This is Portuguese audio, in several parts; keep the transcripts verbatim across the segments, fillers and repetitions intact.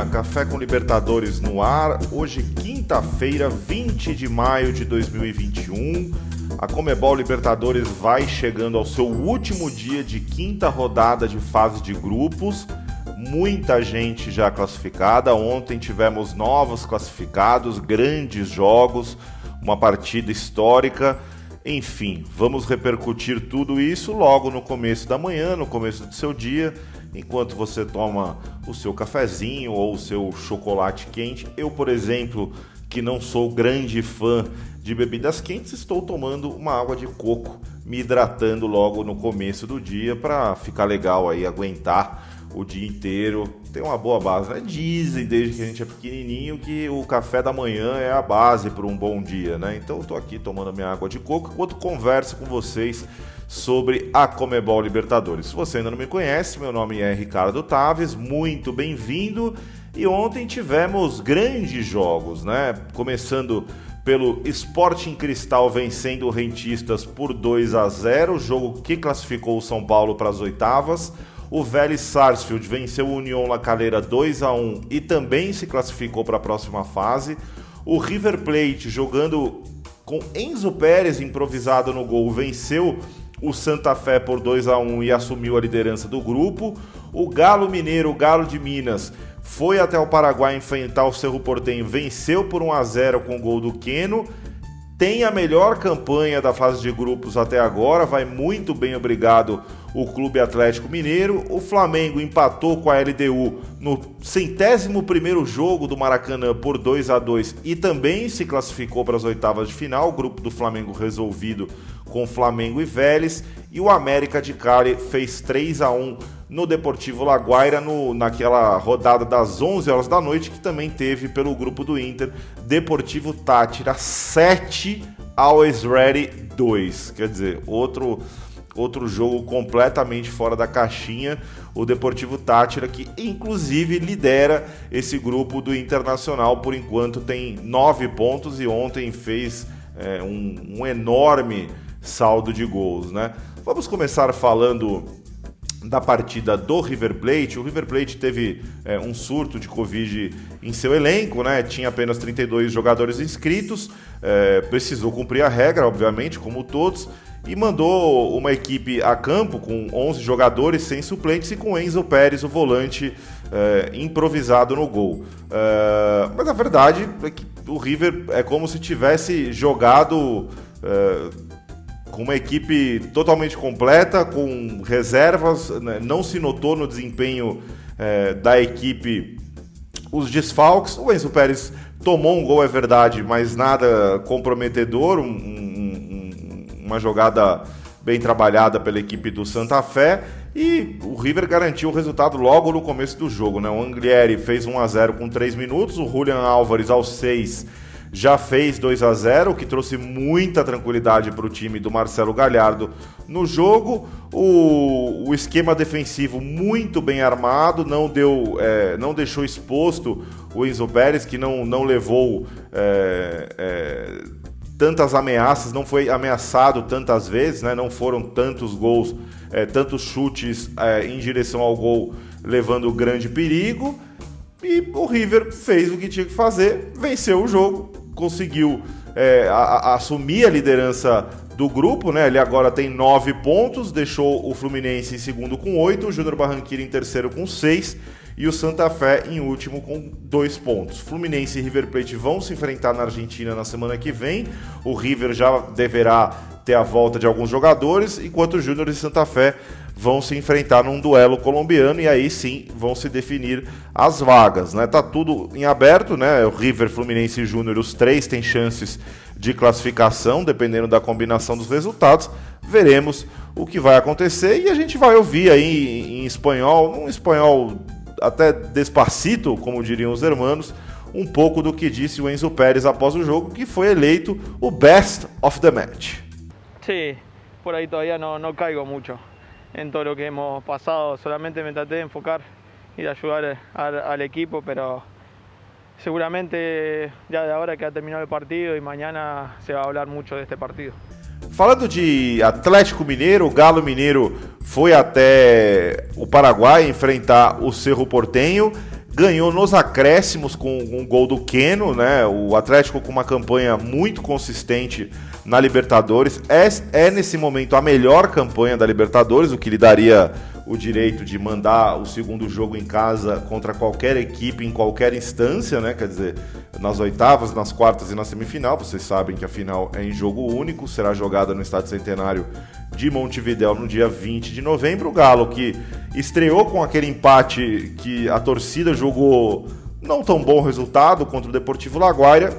Café com Libertadores no ar. Hoje, quinta-feira, vinte de maio de dois mil e vinte e um. A Conmebol Libertadores vai chegando ao seu último dia de quinta rodada de fase de grupos. Muita gente já classificada. Ontem tivemos novos classificados, grandes jogos, uma partida histórica. Enfim, vamos repercutir tudo isso logo no começo da manhã, no começo do seu dia, enquanto você toma o seu cafezinho ou o seu chocolate quente. Eu, por exemplo, que não sou grande fã de bebidas quentes, estou tomando uma água de coco, me hidratando logo no começo do dia para ficar legal aí, aguentar o dia inteiro. Tem uma boa base, né? Dizem desde que a gente é pequenininho que o café da manhã é a base para um bom dia, né? Então eu tô aqui tomando a minha água de coco enquanto converso com vocês sobre a Conmebol Libertadores. Se você ainda não me conhece, meu nome é Ricardo Taves, muito bem-vindo. E ontem tivemos grandes jogos, né? Começando pelo Sporting Cristal vencendo o Rentistas por dois a zero, jogo que classificou o São Paulo para as oitavas. O Vélez Sarsfield venceu o União La Calera dois a um e também se classificou para a próxima fase. O River Plate, jogando com Enzo Pérez improvisado no gol, venceu o Santa Fé por dois a um e assumiu a liderança do grupo. O Galo Mineiro, o Galo de Minas, foi até o Paraguai enfrentar o Cerro Porteño, venceu por um a zero com o gol do Queno. Tem a melhor campanha da fase de grupos até agora, vai muito bem, obrigado, o Clube Atlético Mineiro. O Flamengo empatou com a L D U no centésimo primeiro jogo do Maracanã por dois a dois e também se classificou para as oitavas de final. O grupo do Flamengo resolvido com Flamengo e Vélez. E o América de Cali fez três a um no Deportivo Laguaira, no, naquela rodada das onze horas da noite, que também teve pelo grupo do Inter, Deportivo Táchira sete, Always Ready dois. Quer dizer, outro, outro jogo completamente fora da caixinha. O Deportivo Táchira, que inclusive lidera esse grupo do Internacional, por enquanto tem nove pontos e ontem fez é, um, um enorme saldo de gols, né? Vamos começar falando da partida do River Plate. O River Plate teve é, um surto de Covid em seu elenco, né? Tinha apenas trinta e dois jogadores inscritos, é, precisou cumprir a regra, obviamente, como todos, e mandou uma equipe a campo com onze jogadores sem suplentes e com Enzo Pérez, o volante, é, improvisado no gol. É, mas a verdade é que o River é como se tivesse jogado É, com uma equipe totalmente completa, com reservas, né? Não se notou no desempenho é, da equipe os desfalques. O Enzo Pérez tomou um gol, é verdade, mas nada comprometedor, um, um, uma jogada bem trabalhada pela equipe do Santa Fé, e o River garantiu o resultado logo no começo do jogo, né? O Anglieri fez um a zero com três minutos, o Julian Álvares aos seis já fez dois a zero, o que trouxe muita tranquilidade para o time do Marcelo Galhardo no jogo. O, o esquema defensivo muito bem armado, não, deu, é, não deixou exposto o Enzo Pérez, que não, não levou é, é, tantas ameaças, não foi ameaçado tantas vezes, né? Não foram tantos gols, é, tantos chutes é, em direção ao gol, levando grande perigo. E o River fez o que tinha que fazer, venceu o jogo, conseguiu é, a, a, assumir a liderança do grupo, né? Ele agora tem nove pontos, deixou o Fluminense em segundo com oito, o Júnior Barranquilla em terceiro com seis e o Santa Fé em último com dois pontos. Fluminense e River Plate vão se enfrentar na Argentina na semana que vem. O River já deverá ter a volta de alguns jogadores, enquanto o Júnior e Santa Fé vão se enfrentar num duelo colombiano e aí sim vão se definir as vagas, né? Tá tudo em aberto, né? O River, Fluminense e Júnior, os três têm chances de classificação, dependendo da combinação dos resultados. Veremos o que vai acontecer e a gente vai ouvir aí em, em espanhol, um espanhol até despacito, como diriam os hermanos, um pouco do que disse o Enzo Pérez após o jogo, que foi eleito o Best of the Match. Sí, por ahí todavía no, no caigo mucho en todo lo que hemos pasado, solamente me traté de enfocar y de ayudar al, al equipo, pero seguramente ya de ahora que ha terminado el partido y mañana se va a hablar mucho de este partido. Falando de Atlético Mineiro, o Galo Mineiro foi até o Paraguai enfrentar o Cerro Porteño, ganhou nos acréscimos com um gol do Keno, né? O Atlético com uma campanha muito consistente na Libertadores. É, é nesse momento a melhor campanha da Libertadores, o que lhe daria o direito de mandar o segundo jogo em casa contra qualquer equipe em qualquer instância, né? Quer dizer, nas oitavas, nas quartas e na semifinal. Vocês sabem que a final é em jogo único, será jogada no Estádio Centenário de Montevidéu no dia vinte de novembro. O Galo, que estreou com aquele empate que a torcida jogou não tão bom resultado contra o Deportivo Laguaira,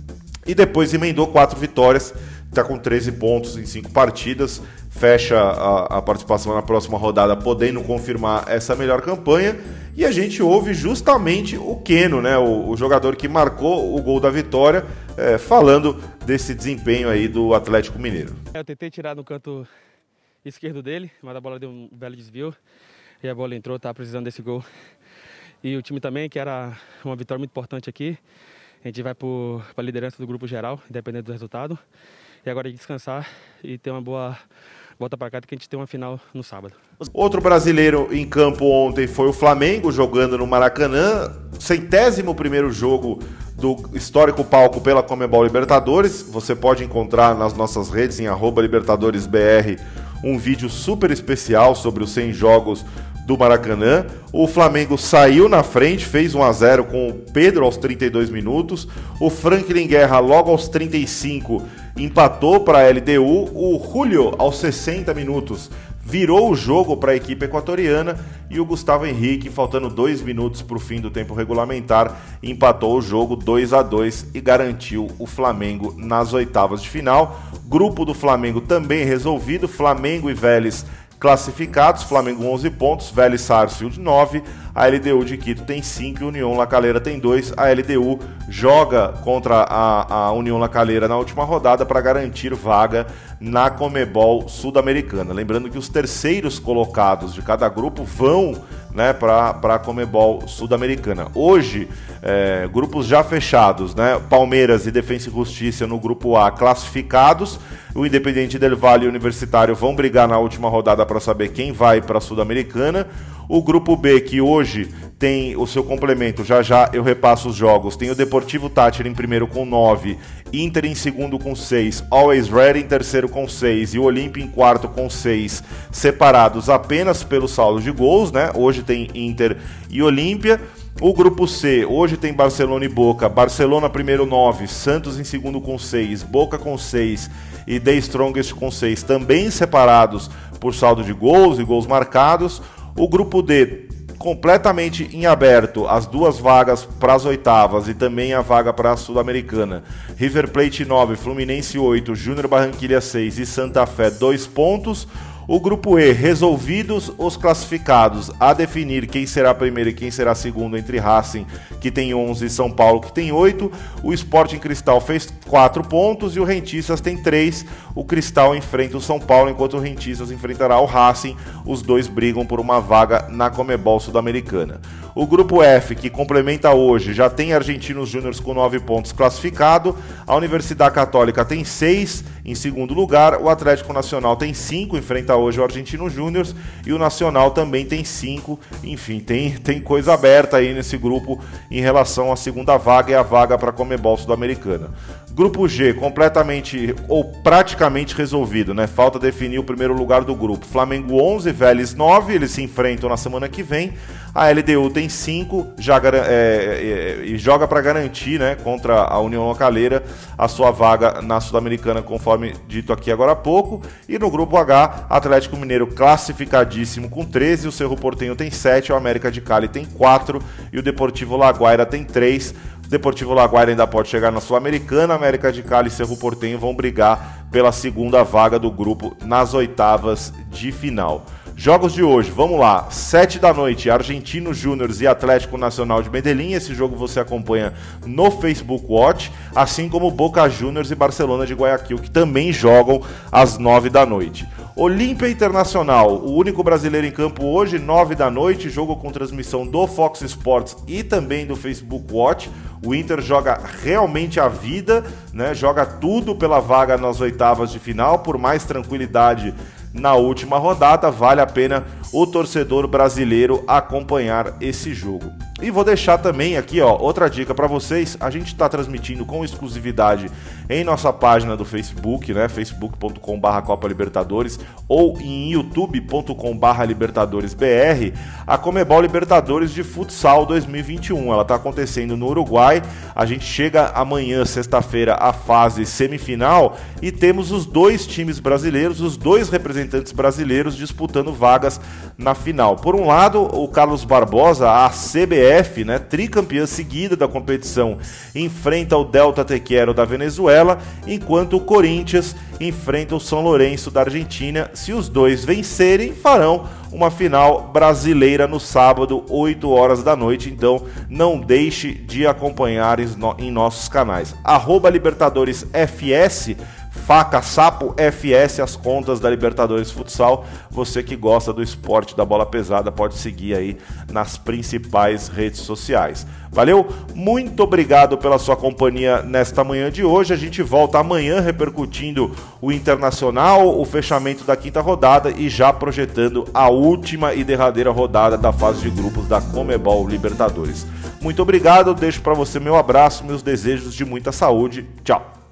e depois emendou quatro vitórias, está com treze pontos em cinco partidas, fecha a, a participação na próxima rodada, podendo confirmar essa melhor campanha. E a gente ouve justamente o Keno, né, o, o jogador que marcou o gol da vitória, é, falando desse desempenho aí do Atlético Mineiro. Eu tentei tirar no canto esquerdo dele, mas a bola deu um belo desvio e a bola entrou, tá precisando desse gol. E o time também, que era uma vitória muito importante aqui, a gente vai para a liderança do grupo geral, independente do resultado. E agora é descansar e ter uma boa volta para cá, que a gente tem uma final no sábado. Outro brasileiro em campo ontem foi o Flamengo, jogando no Maracanã, centésimo primeiro jogo do histórico palco pela Conmebol Libertadores. Você pode encontrar nas nossas redes, em arroba libertadoresbr, um vídeo super especial sobre os cem jogos do Maracanã. O Flamengo saiu na frente, fez um a zero com o Pedro aos trinta e dois minutos. O Franklin Guerra, logo aos trinta e cinco, empatou para a L D U. O Julio, aos sessenta minutos, virou o jogo para a equipe equatoriana. E o Gustavo Henrique, faltando dois minutos para o fim do tempo regulamentar, empatou o jogo dois a dois e garantiu o Flamengo nas oitavas de final. Grupo do Flamengo também resolvido, Flamengo e Vélez classificados, Flamengo onze pontos, Vélez Sarsfield nove, a L D U de Quito tem cinco e União La Calera tem dois. A L D U joga contra a, a União La Calera na última rodada para garantir vaga na Conmebol Sul-Americana. Lembrando que os terceiros colocados de cada grupo vão, né, para a Conmebol Sul-Americana. Hoje, é, grupos já fechados, né? Palmeiras e Defensa e Justiça no grupo A classificados. O Independiente del Valle e o Universitário vão brigar na última rodada para saber quem vai para a Sul-Americana. O grupo B, que hoje tem o seu complemento, já já eu repasso os jogos, tem o Deportivo Táchira em primeiro com nove, Inter em segundo com seis, Always Ready em terceiro com seis e o Olímpia em quarto com seis, separados apenas pelo saldo de gols, né? Hoje tem Inter e Olímpia. O grupo C, hoje tem Barcelona e Boca, Barcelona primeiro nove, Santos em segundo com seis, Boca com seis e The Strongest com seis, também separados por saldo de gols e gols marcados. O grupo D, completamente em aberto, as duas vagas para as oitavas e também a vaga para a Sul-Americana. River Plate nove, Fluminense oito, Júnior Barranquilla seis e Santa Fé dois pontos. O grupo E, resolvidos os classificados, a definir quem será primeiro e quem será segundo entre Racing, que tem onze, e São Paulo, que tem oito. O Sporting Cristal fez quatro pontos e o Rentistas tem três. O Cristal enfrenta o São Paulo, enquanto o Rentistas enfrentará o Racing. Os dois brigam por uma vaga na Conmebol Sul-Americana. O grupo F, que complementa hoje, já tem Argentinos Júniors com nove pontos classificado. A Universidade Católica tem seis em segundo lugar. O Atlético Nacional tem cinco, enfrenta hoje o Argentino Júnior, e o Nacional também tem cinco. Enfim, tem, tem coisa aberta aí nesse grupo em relação à segunda vaga e a vaga para a Conmebol Sul-Americana. Grupo G, completamente ou praticamente resolvido, né? Falta definir o primeiro lugar do grupo. Flamengo onze, Vélez nove, eles se enfrentam na semana que vem. A L D U tem cinco já, é, é, e joga para garantir, né, contra a União La Calera a sua vaga na Sul-Americana, conforme dito aqui agora há pouco. E no grupo H, Atlético Mineiro classificadíssimo com treze, o Cerro Porteño tem sete, o América de Cali tem quatro e o Deportivo Laguaira tem três. O Deportivo Laguaira ainda pode chegar na Sul-Americana, América de Cali e Cerro Porteño vão brigar pela segunda vaga do grupo nas oitavas de final. Jogos de hoje, vamos lá, sete da noite, Argentinos Júniors e Atlético Nacional de Medellín. Esse jogo você acompanha no Facebook Watch, assim como Boca Juniors e Barcelona de Guayaquil, que também jogam às nove da noite. Olímpia Internacional, o único brasileiro em campo hoje, nove da noite, jogo com transmissão do Fox Sports e também do Facebook Watch. O Inter joga realmente a vida, né? Joga tudo pela vaga nas oitavas de final, por mais tranquilidade na última rodada, vale a pena o torcedor brasileiro acompanhar esse jogo. E vou deixar também aqui, ó, outra dica para vocês. A gente está transmitindo com exclusividade em nossa página do Facebook, né? facebook ponto com barra Copa Libertadores ou em youtube ponto com barra Libertadores B R, a Conmebol Libertadores de Futsal dois mil e vinte e um. Ela está acontecendo no Uruguai. A gente chega amanhã, sexta-feira, à fase semifinal e temos os dois times brasileiros, os dois representantes brasileiros disputando vagas na final. Por um lado, o Carlos Barbosa, a C B F, né, tricampeã seguida da competição, enfrenta o Delta Tequero da Venezuela, enquanto o Corinthians enfrenta o São Lourenço da Argentina. Se os dois vencerem, farão uma final brasileira no sábado, oito horas da noite. Então não deixe de acompanhar em nossos canais. Arroba Libertadores F S, Faca Sapo F S, as contas da Libertadores Futsal. Você que gosta do esporte da bola pesada pode seguir aí nas principais redes sociais. Valeu? Muito obrigado pela sua companhia nesta manhã de hoje. A gente volta amanhã repercutindo o Internacional, o fechamento da quinta rodada e já projetando a última e derradeira rodada da fase de grupos da Conmebol Libertadores. Muito obrigado, deixo para você meu abraço, meus desejos de muita saúde. Tchau!